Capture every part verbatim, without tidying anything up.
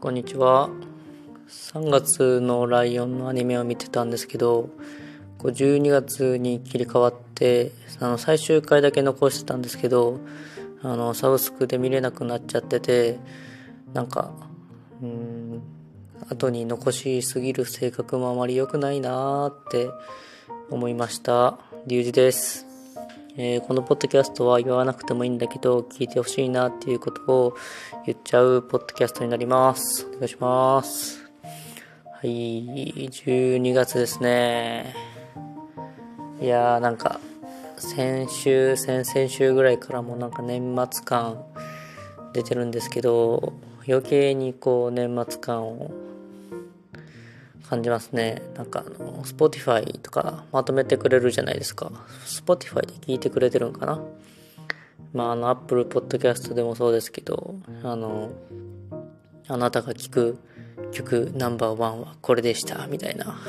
こんにちは。さんがつのライオンのアニメを見てたんですけど、こうじゅうにがつに切り替わってあの最終回だけ残してたんですけど、あのサブスクで見れなくなっちゃってて、なんかうーん後に残しすぎる性格もあまり良くないなーって思いました。リュウジです。えーこのポッドキャストは言わなくてもいいんだけど聞いてほしいなっていうことを言っちゃうポッドキャストになります。お願いします。はい、じゅうにがつですね。いやーなんか先週先々週ぐらいからもなんか年末感出てるんですけど、余計にこう年末感を感じますね。なんかあの Spotify とかまとめてくれるじゃないですか。 Spotify で聞いてくれてるんかな。まああの Apple Podcast でもそうですけど、あのあなたが聴く曲ナンバーワンはこれでしたみたいな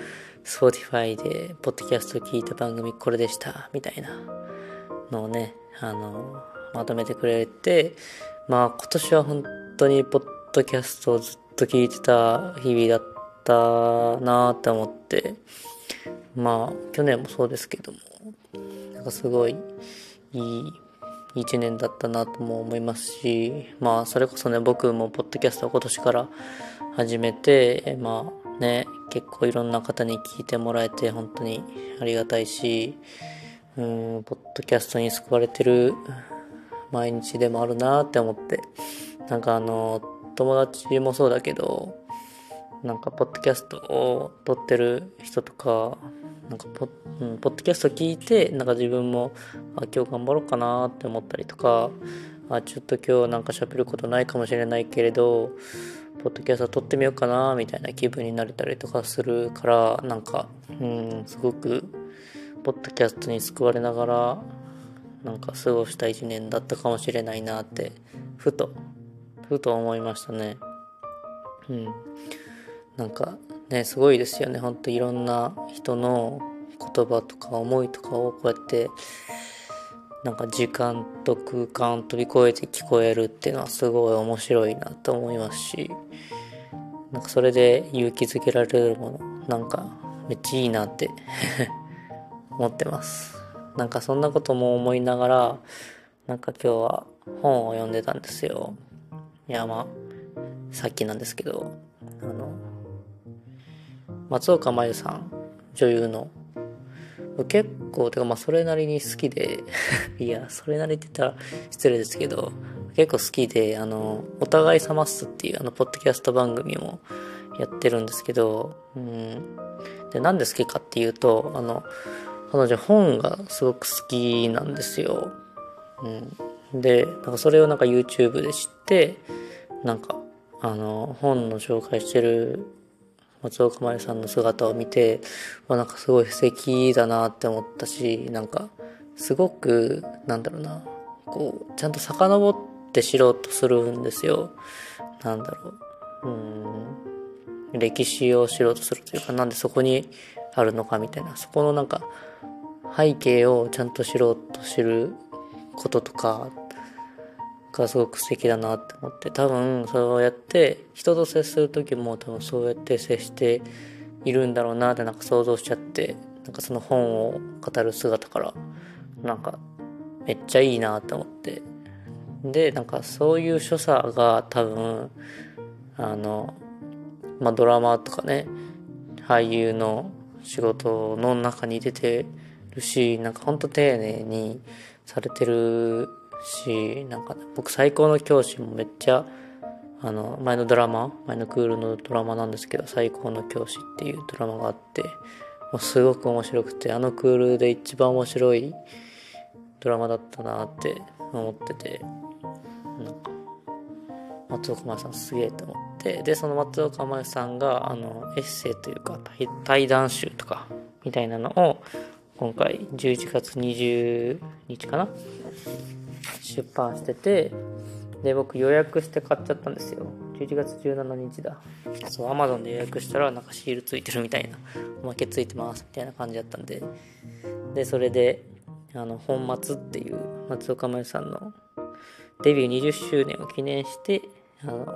Spotify でポッドキャスト聞いた番組これでしたみたいなのをね、あのまとめてくれて、まあ今年は本当にポッドキャストをずっと聞いてた日々だったなって思って、まあ去年もそうですけども、なんかすごいいい一年だったなとも思いますし、まあそれこそね、僕もポッドキャストを今年から始めて、まあね、結構いろんな方に聞いてもらえて本当にありがたいし、うーんポッドキャストに救われてる毎日でもあるなって思って、なんかあの友達もそうだけど、なんかポッドキャストを撮ってる人とか、なんかポッ、うん、ポッドキャスト聞いて、なんか自分もあ今日頑張ろうかなって思ったりとか、あちょっと今日なんか喋ることないかもしれないけれどポッドキャスト撮ってみようかなみたいな気分になれたりとかするから、なんかうんすごくポッドキャストに救われながらなんか過ごした一年だったかもしれないなってふとふと思いましたね。うんなんかね、すごいですよね。ほんといろんな人の言葉とか思いとかをこうやってなんか時間と空間を飛び越えて聞こえるっていうのはすごい面白いなと思いますし、なんかそれで勇気づけられるもの、なんかめっちゃいいなって思ってます。なんかそんなことも思いながら、なんか今日は本を読んでたんですよ。いやまあさっきなんですけど、あの松岡茉優さん、女優の、結構てかまあそれなりに好きでいやそれなりって言ったら失礼ですけど結構好きで、あのお互いさますっていうあのポッドキャスト番組もやってるんですけど、うんでなんで好きかっていうと、あの彼女本がすごく好きなんですよ。うん、でなんかそれをなんか YouTube で知って、なんかあの本の紹介してる松岡茉優さんの姿を見て、なんかすごい素敵だなって思ったし、なんかすごくなんだろうな、こうちゃんと遡って知ろうとするんですよ。なんだろう、うーん歴史を知ろうとするというか、なんでそこにあるのかみたいな、そこのなんか背景をちゃんと知ろうと知ることとかがすごく素敵だなって思って、多分そうやって人と接する時も多分そうやって接しているんだろうなってなんか想像しちゃって、なんかその本を語る姿からなんかめっちゃいいなって思って、でなんかそういう所作が多分あのまあドラマとかね、俳優の仕事の中に出てるし、なんかほんと丁寧にされてるし、なんか僕最高の教師もめっちゃあの前のドラマ前のクールのドラマなんですけど、最高の教師っていうドラマがあって、もうすごく面白くて、あのクールで一番面白いドラマだったなって思ってて、なんか松岡茉優さんすげえと思って、でその松岡茉優さんがあのエッセイというか対対談集とかみたいなのを今回じゅういちがつにじゅうにちかな出版してて、で僕予約して買っちゃったんですよ。じゅういちがつじゅうしちにちだ。そう Amazon で予約したらなんかシールついてるみたいな、おまけついてますみたいな感じだったんで、でそれであの本松っていう松岡茉優さんのデビューにじゅっしゅうねんを記念してあの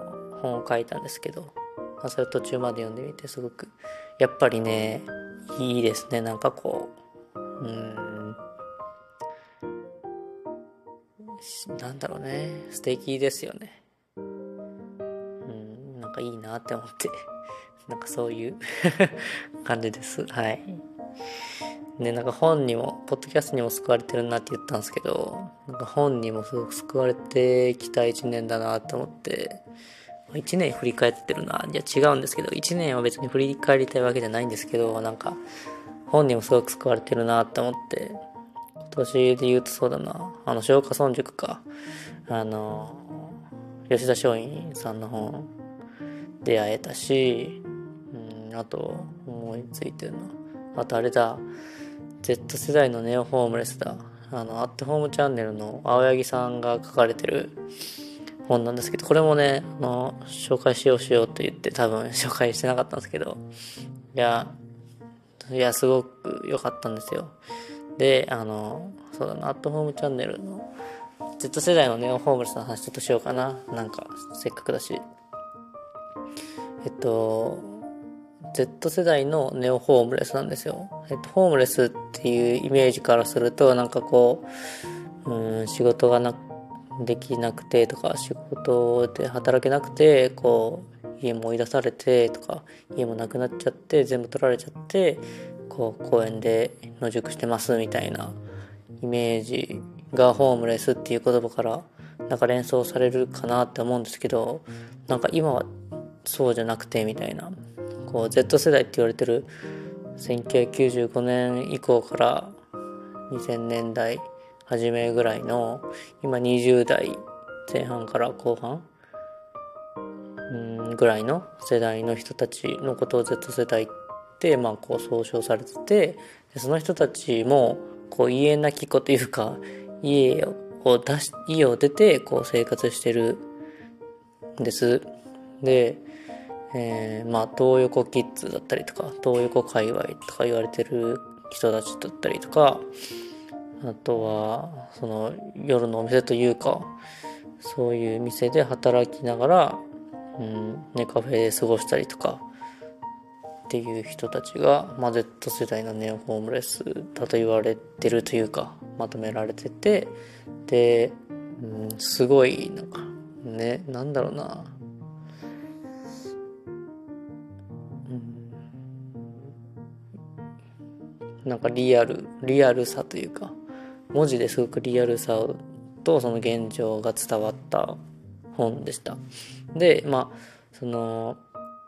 本を書いたんですけど、まあ、それ途中まで読んでみてすごくやっぱりねいいですね。なんかこううーんなんだろうね、素敵ですよね。うんなんかいいなって思ってなんかそういう感じです。はい。ね、なんか本にもポッドキャストにも救われてるなって言ったんですけど、なんか本にもすごく救われてきた一年だなと思って、一年振り返ってるな。いや違うんですけど、一年は別に振り返りたいわけじゃないんですけど、なんか本にもすごく救われてるなって思って、今年で言うとそうだな、あの松下村塾か、あの吉田松陰さんの本出会えたし、うん、あと思いついてるな、あとあれだ、Z 世代のネオホームレスだ、あのアットホームチャンネルの青柳さんが書かれてる本なんですけど、これもね、あの紹介しようしようと言って多分紹介してなかったんですけど、いやいやすごく良かったんですよ。で、あのそうだな、アットホームチャンネルの Z 世代のネオホームレスの話ちょっとしようかな。なんかせっかくだし、えっと Z 世代のネオホームレスなんですよ。えっとホームレスっていうイメージからすると、なんかこう、うん、仕事がなできなくてとか、仕事で働けなくてこう家も追い出されてとか、家もなくなっちゃって全部取られちゃって、こう公園で野宿してますみたいなイメージがホームレスっていう言葉からなんか連想されるかなって思うんですけど、なんか今はそうじゃなくてみたいな、こう Z 世代って言われてるせんきゅうひゃくきゅうじゅうごねん以降からにせんねんだい初めぐらいの、今にじゅう代前半から後半うんぐらいの世代の人たちのことを Z 世代ってまあこう総称されてて、でその人たちもこう家なき子というか、家を出し家を出てこう生活してるんです。で、えー、まあ東横キッズだったりとか、東横界隈とか言われてる人たちだったりとか、あとはその夜のお店というか、そういう店で働きながら、うん、ネカフェで過ごしたりとかっていう人たちが、まあ、Z 世代のネオホームレスだと言われてるというか、まとめられてて、で、うん、すごいなんかね、なんだろうな、うん、なんかリアルリアルさというか、文字ですごくリアルさとその現状が伝わった本でした。で、まあその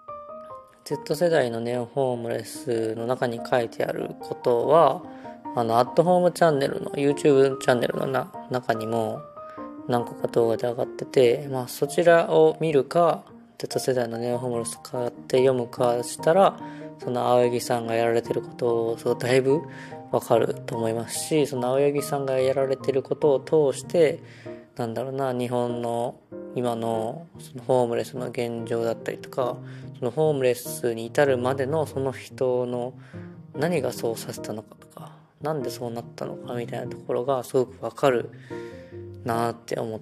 Z 世代のネオホームレスの中に書いてあることは、あのアットホームチャンネルの YouTube チャンネルのな中にも何個か動画で上がってて、まあそちらを見るか Z 世代のネオホームレス買って読むかしたら、その青柳さんがやられてることをそうだいぶわかると思いますし、その青柳さんがやられてることを通して、なんだろうな、日本の今のそのホームレスの現状だったりとか、そのホームレスに至るまでのその人の何がそうさせたのかとか、なんでそうなったのかみたいなところがすごくわかるなって思って、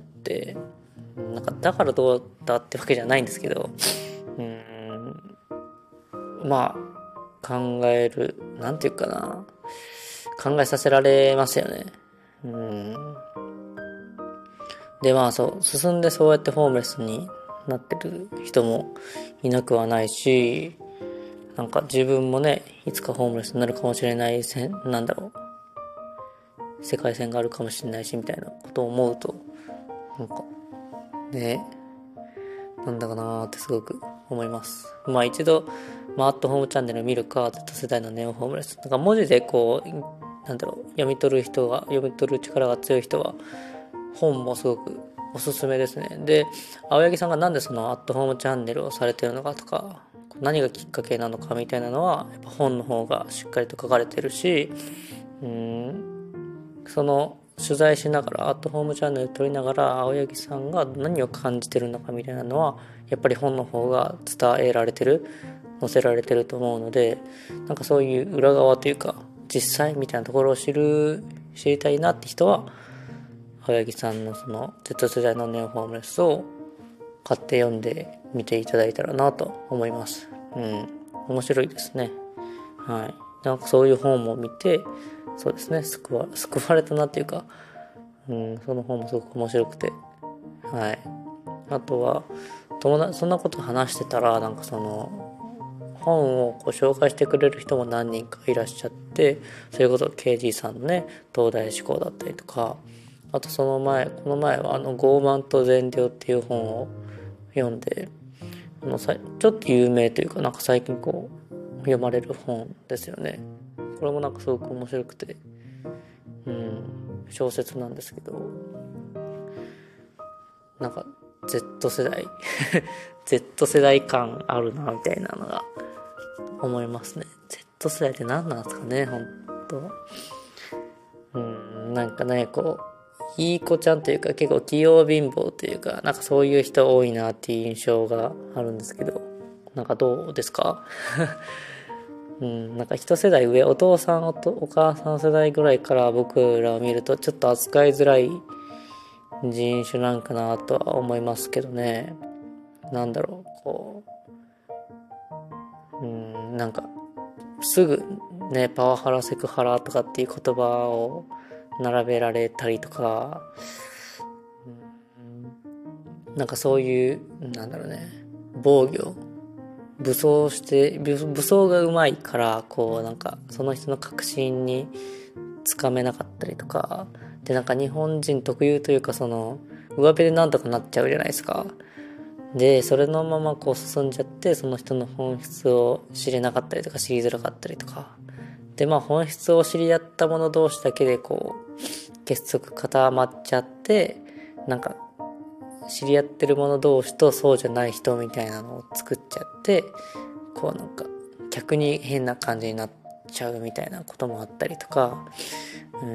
なんかだからどうだってわけじゃないんですけど、うーんまあ考える、なんていうかな、考えさせられますよね。うんでまあそう進んでそうやってホームレスになってる人もいなくはないし、なんか自分もねいつかホームレスになるかもしれないせんなんだろう世界線があるかもしれないしみたいなことを思うと、なんかね、なんだかなーってすごく思います。まあ一度、まあ、アットホームチャンネルを見るか、Z 世代のネオホームレス、なんか文字でこうなんだろう読み取る人が読み取る力が強い人は本もすごくおすすめですね。で、青柳さんがなんでそのアットホームチャンネルをされてるのかとか、何がきっかけなのかみたいなのはやっぱ本の方がしっかりと書かれてるし、うーんその取材しながらアットホームチャンネル撮りながら青柳さんが何を感じてるのかみたいなのはやっぱり本の方が伝えられてる、載せられてると思うので、なんかそういう裏側というか実際みたいなところを知る知りたいなって人は青柳さんのその Z 世代のネオホームレスを買って読んでみていただいたらなと思います。うん、面白いですね。はい。なんかそういう本も見て、そうですね、救わ、救われたなっていうか、うん、その本もすごく面白くて、はい。あとは、友達、そんなこと話してたら、なんかその、本をこう紹介してくれる人も何人かいらっしゃって、そういうこと、ケージー さんのね、東大志向だったりとか、あとその前、この前はあの、傲慢と善良っていう本を読んで、あのさちょっと有名というか、なんか最近こう、読まれる本ですよね。これもなんかすごく面白くて、うん、小説なんですけど、なんか Z 世代Z 世代感あるなみたいなのが思いますね。 Z 世代って何なんですかね、本当。うん、なんかね、こういい子ちゃんというか、結構器用貧乏というか、なんかそういう人多いなっていう印象があるんですけど、なんかどうですかうん、なんか一世代上、お父さん お, とお母さん世代ぐらいから僕らを見るとちょっと扱いづらい人種なんかなとは思いますけどね。なんだろう、こう、うん、なんかすぐね、パワハラセクハラとかっていう言葉を並べられたりとか、うん、なんかそういうなんだろうね、防御、武装して武装がうまいから、こうなんかその人の確信につかめなかったりとかで、なんか日本人特有というか、その上辺でなんとかなっちゃうじゃないですか。でそれのままこう進んじゃって、その人の本質を知れなかったりとか、知りづらかったりとかで、まあ本質を知り合った者同士だけでこう結束固まっちゃって、なんか知り合ってる者同士とそうじゃない人みたいなのを作っちゃって、こうなんか逆に変な感じになっちゃうみたいなこともあったりとか、うん、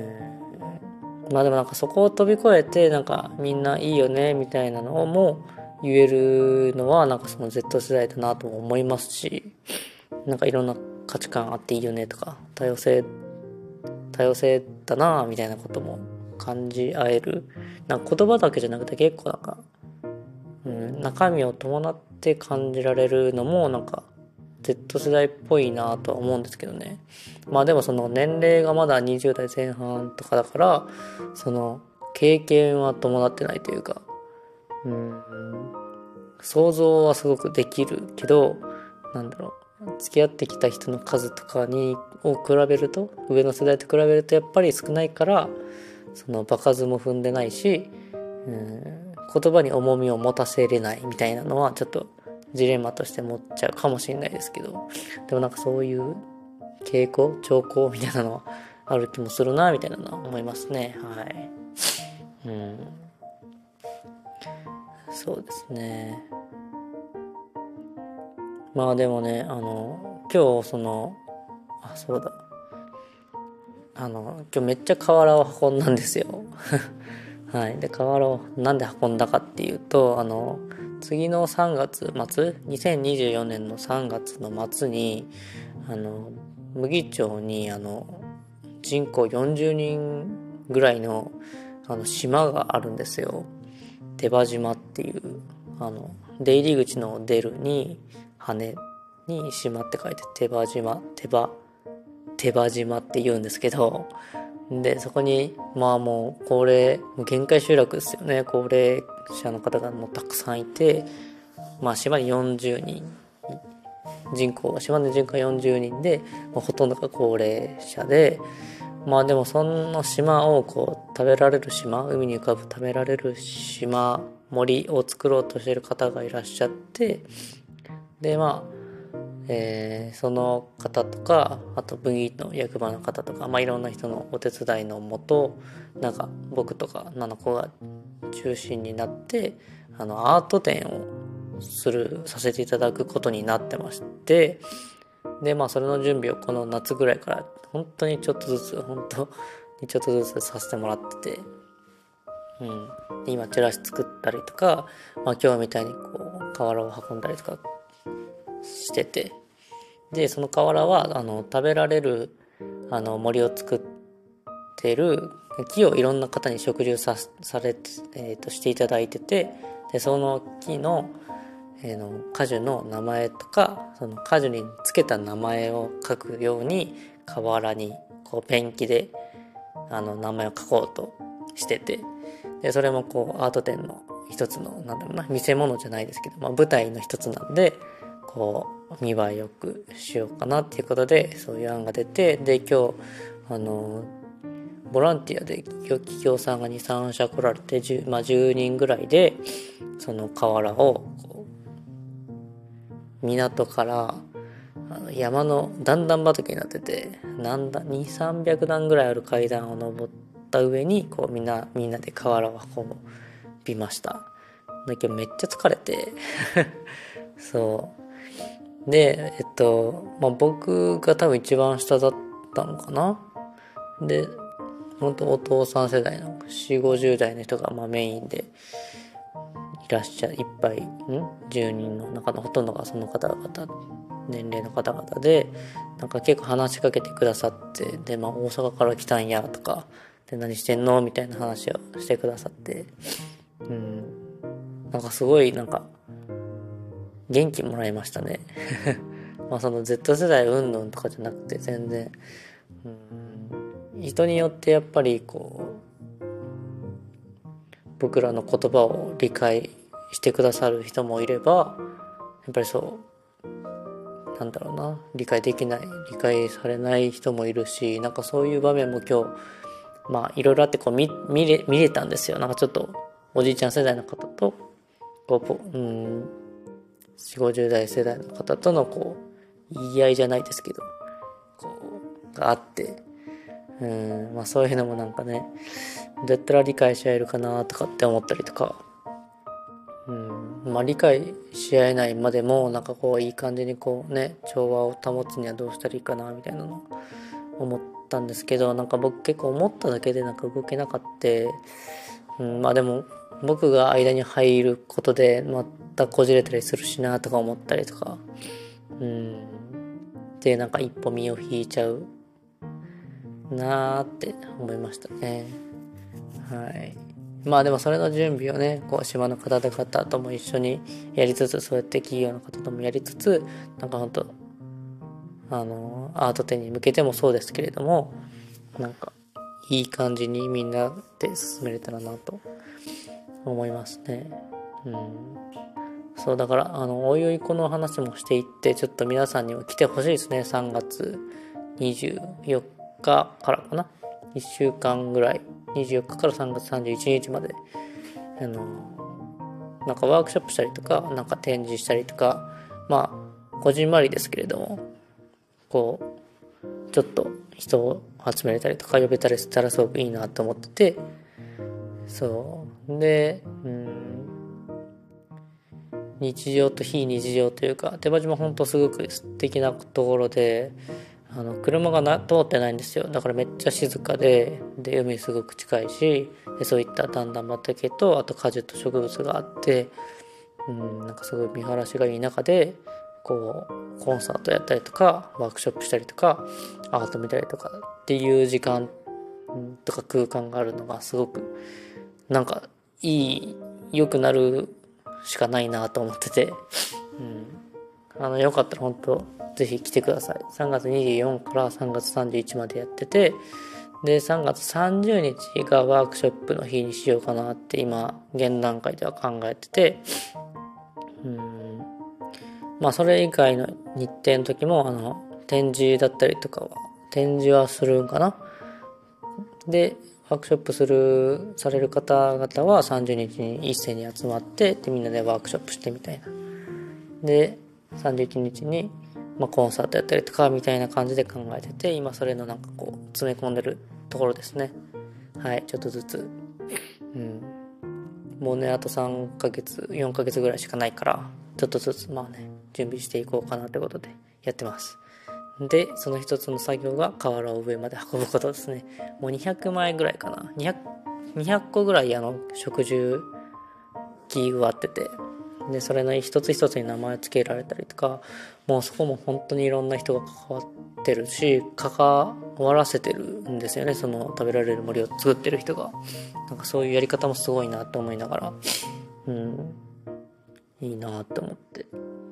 まあでもなんかそこを飛び越えて、なんかみんないいよねみたいなのも言えるのは、なんかその Z 世代だなとも思いますし、なんかいろんな価値観あっていいよねとか、多様性多様性だなみたいなことも感じ合える、なんか言葉だけじゃなくて結構なんか、うん、中身を伴って感じられるのもなんか Z 世代っぽいなとは思うんですけどね。まあでもその年齢がまだにじゅう代前半とかだから、その経験は伴ってないというか、うん、想像はすごくできるけど、なんだろう、付き合ってきた人の数とかにを比べると、上の世代と比べるとやっぱり少ないから、その場数も踏んでないし、うん、言葉に重みを持たせれないみたいなのはちょっとジレンマとして持っちゃうかもしれないですけど、でもなんかそういう傾向兆候みたいなのはある気もするなみたいなのは思いますね。はい。うん。そうですね。まあでもね、あの今日そのあそうだあの今日めっちゃ瓦を運んだんですよ。はい。で瓦をなんで運んだかっていうと、あの次のさんがつ末、にせんにじゅうよねんのさんがつの末に、あの麦町にあの人口よんじゅうにんぐらいのあの島があるんですよ。手羽島っていう、あの出入り口の出るに羽に島って書いて手羽島、手羽手羽島って言うんですけど、でそこにまあもう高齢、もう限界集落ですよね。高齢者の方がもうたくさんいて、まあ島によんじゅうにん、人口は島の人口よんじゅうにんで、まあ、ほとんどが高齢者で、まあでもその島をこう食べられる島、海に浮かぶ食べられる島、森を作ろうとしている方がいらっしゃって、でまあえー、その方とか、あと部員の役場の方とか、まあ、いろんな人のお手伝いのもと、なんか僕とかなの子が中心になって、あのアート展をするさせていただくことになってまして、でまあそれの準備をこの夏ぐらいから本当にちょっとずつ本当にちょっとずつさせてもらってて、うん、今チラシ作ったりとか、まあ、今日みたいにこう瓦を運んだりとかしてて、でその瓦はあの食べられるあの森を作ってる木をいろんな方に植樹さされて、えー、としていただいてて、 でその木の、えー、の果樹の名前とか、その果樹につけた名前を書くように河原にこうペンキであの名前を書こうとしてて、でそれもこうアート展の一つのなんだろうな、見せ物じゃないですけど、まあ、舞台の一つなんでこう見栄えよくしようかなっていうことでそういう案が出て、で今日あのボランティアで企業さんが にさん 社来られて 10,、まあ、じゅうにんぐらいでその河原をこう港からあの山の段々畑になってて、なんだにひゃくさんびゃくだんぐらいある階段を登った上にこうみんなみんなで河原を運びました。だけどめっちゃ疲れてそうでえっとまあ僕が多分一番下だったのかな。で本当お父さん世代のよんじゅう、ごじゅう代の人がまあメインでいらっしゃいっぱいんじゅうにんの中のほとんどがその方々年齢の方々で、なんか結構話しかけてくださって、で、まあ、大阪から来たんやとかで何してんのみたいな話をしてくださって、うん、なんかすごいなんか元気もらいましたねまあその Z 世代うんぬんとかじゃなくて全然、うん、人によってやっぱりこう僕らの言葉を理解してくださる人もいれば、やっぱりそうなんだろうな、理解できない理解されない人もいるし、なんかそういう場面も今日まあいろいろあってこう 見, 見, れ見れたんですよ。なんかちょっとおじいちゃん世代の方とこう、うん、よんじゅう、ごじゅう代世代の方とのこう言い合いじゃないですけどこうがあって、うん、まあそういうのもなんかね、どうやったら理解し合えるかなとかって思ったりとか、うん、まあ理解し合えないまでもなんかこういい感じにこうね調和を保つにはどうしたらいいかなみたいなのを思ったんですけど、なんか僕結構思っただけでなんか動けなかった、うん、まあでも僕が間に入ることでまたこじれたりするしなとか思ったりとか、うんでなんか一歩身を引いちゃうなーって思いましたね。はい。まあでもそれの準備をねこう島の方々とも一緒にやりつつ、そうやって企業の方ともやりつつ、なんか本当あのアート展に向けてもそうですけれども、なんかいい感じにみんなで進めれたらなと思いますね。うん。そうだからあのおいおいこの話もしていって、ちょっと皆さんにも来てほしいですね。さんがつにじゅうよっかからかな、いっしゅうかんぐらい、にじゅうよっかからさんがつさんじゅういちにちまであのなんかワークショップしたりとか、なんか展示したりとか、まあこじんまりですけれどもこうちょっと人を集めれたりとか呼べたりしたらすごくいいなと思ってて、そうで、うん、日常と非日常というか、手羽島本当すごく素敵なところで、あの車がな通ってないんですよ。だからめっちゃ静かで、で海すごく近いし、でそういった段々畑とあと果樹と植物があって、うん、なんかすごい見晴らしがいい中でこうコンサートやったりとかワークショップしたりとかアート見たりとかっていう時間とか空間があるのがすごくなんかいい良くなるしかないなと思ってて、うん、あのよかったら本当ぜひ来てください。さんがつにじゅうよっかからさんがつさんじゅういちまでやってて、でさんがつさんじゅうにちがワークショップの日にしようかなって今現段階では考えてて、うんまあそれ以外の日程の時もあの展示だったりとかは展示はするんかな。でワークショップするされる方々はさんじゅうにちに一斉に集まって、でみんなでワークショップしてみたいな。でさんじゅういちにちに、まあ、コンサートやったりとかみたいな感じで考えてて、今それのなんかこう詰め込んでるところですね。はい、ちょっとずつ、うん、もうねあとさんかげつよんかげつぐらいしかないから、ちょっとずつまあね準備していこうかなってことでやってます。でその一つの作業が瓦を上まで運ぶことですね。もうにひゃくまいぐらいかな、にひゃく、にひゃっこぐらいあの植樹機植わってて、でそれの一つ一つに名前つけられたりとか、もうそこも本当にいろんな人が関わってるし関わらせてるんですよね。その食べられる森を作ってる人がなんかそういうやり方もすごいなと思いながら、 うんいいなって思って、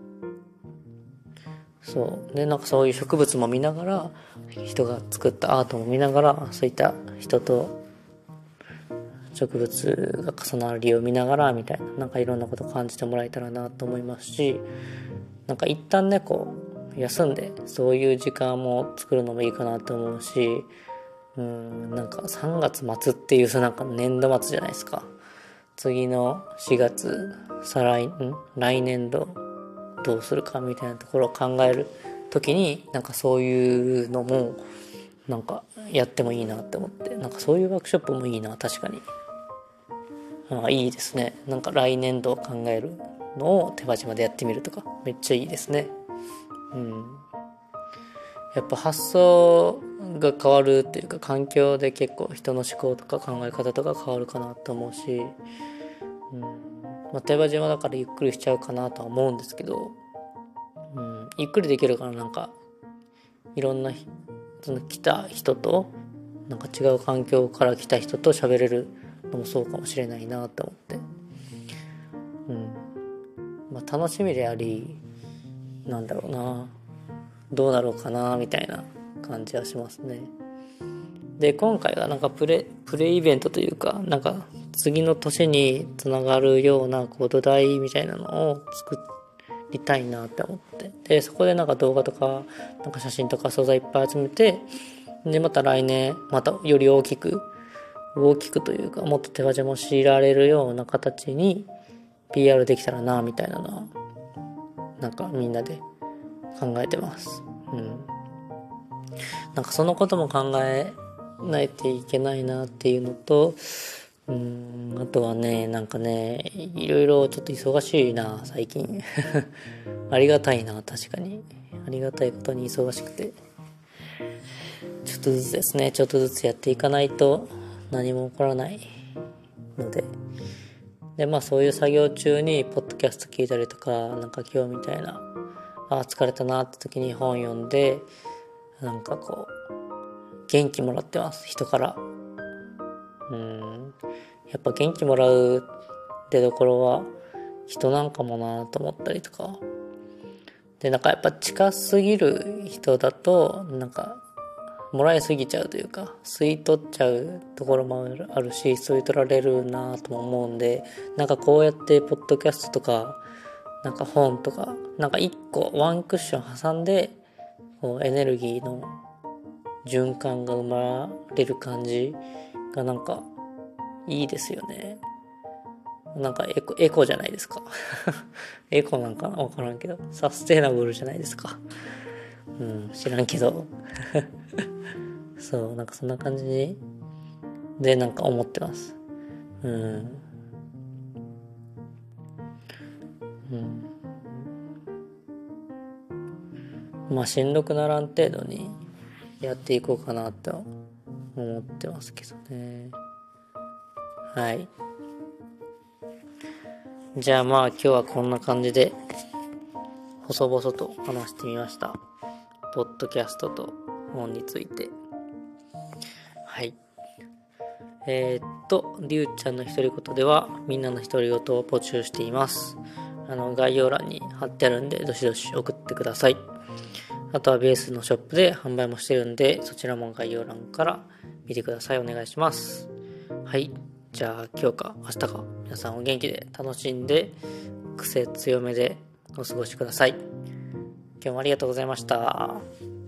そうでなんかそういう植物も見ながら、人が作ったアートも見ながら、そういった人と植物が重なる理由を見ながらみたいな、なんかいろんなことを感じてもらえたらなと思いますし、なんか一旦ねこう休んでそういう時間も作るのもいいかなと思うし、うんなんかさんがつ末っていうなんか年度末じゃないですか。次のしがつ再来ん来年度どうするかみたいなところを考える時に、なんかそういうのもなんかやってもいいなって思って、なんかそういうワークショップもいいな。確かにあいいですね。なんか来年度を考えるのを手羽島でやってみるとかめっちゃいいですね。うんやっぱ発想が変わるっていうか、環境で結構人の思考とか考え方とか変わるかなと思うし、うんまあ、手羽島だからゆっくりしちゃうかなとは思うんですけど、うん、ゆっくりできるから、なんかいろんなその来た人となんか違う環境から来た人と喋れるのもそうかもしれないなと思って、うんまあ、楽しみであり、なんだろうな、どうなろうかなみたいな感じはしますね。で今回はなんかプレプレイベントというか、なんか次の年につながるようなこう土台みたいなのを作りたいなって思って、でそこでなんか動画とかなんか写真とか素材いっぱい集めて、でまた来年またより大きく大きくというか、もっと手羽島を強いられるような形に ピーアール できたらなみたいなのはなんかみんなで考えてます。うんなんかそのことも考えないといけないなっていうのと、うーんあとはね、なんかねいろいろちょっと忙しいな最近ありがたいな、確かにありがたいことに忙しくて、ちょっとずつですねちょっとずつやっていかないと何も起こらないので、でまあそういう作業中にポッドキャスト聞いたりとか、なんか今日みたいなあ疲れたなって時に本読んで、なんかこう元気もらってます、人から。うんやっぱ元気もらう出どころは人なんかもなと思ったりとかで、なんかやっぱ近すぎる人だとなんかもらいすぎちゃうというか、吸い取っちゃうところもあるし、吸い取られるなとも思うんで、なんかこうやってポッドキャストとかなんか本とかなんか一個ワンクッション挟んでこうエネルギーの循環が生まれる感じがなんかいいですよね。なんかエコ、エコじゃないですかエコなんかなわからんけど、サステイナブルじゃないですか。うん知らんけどそうなんかそんな感じでなんか思ってます。うんうんまあしんどくならん程度にやっていこうかなと思ってますけどね。はいじゃあまあ今日はこんな感じで細々と話してみました。ポッドキャストと本について。はいえー、っとりゅうちゃんの独り言ではみんなの独り言を募集しています。あの概要欄に貼ってあるんでどしどし送ってください。あとはベースのショップで販売もしてるんで、そちらも概要欄から見てください。お願いします。はいじゃあ今日か明日か皆さんお元気で楽しんで癖強めでお過ごしください。今日もありがとうございました。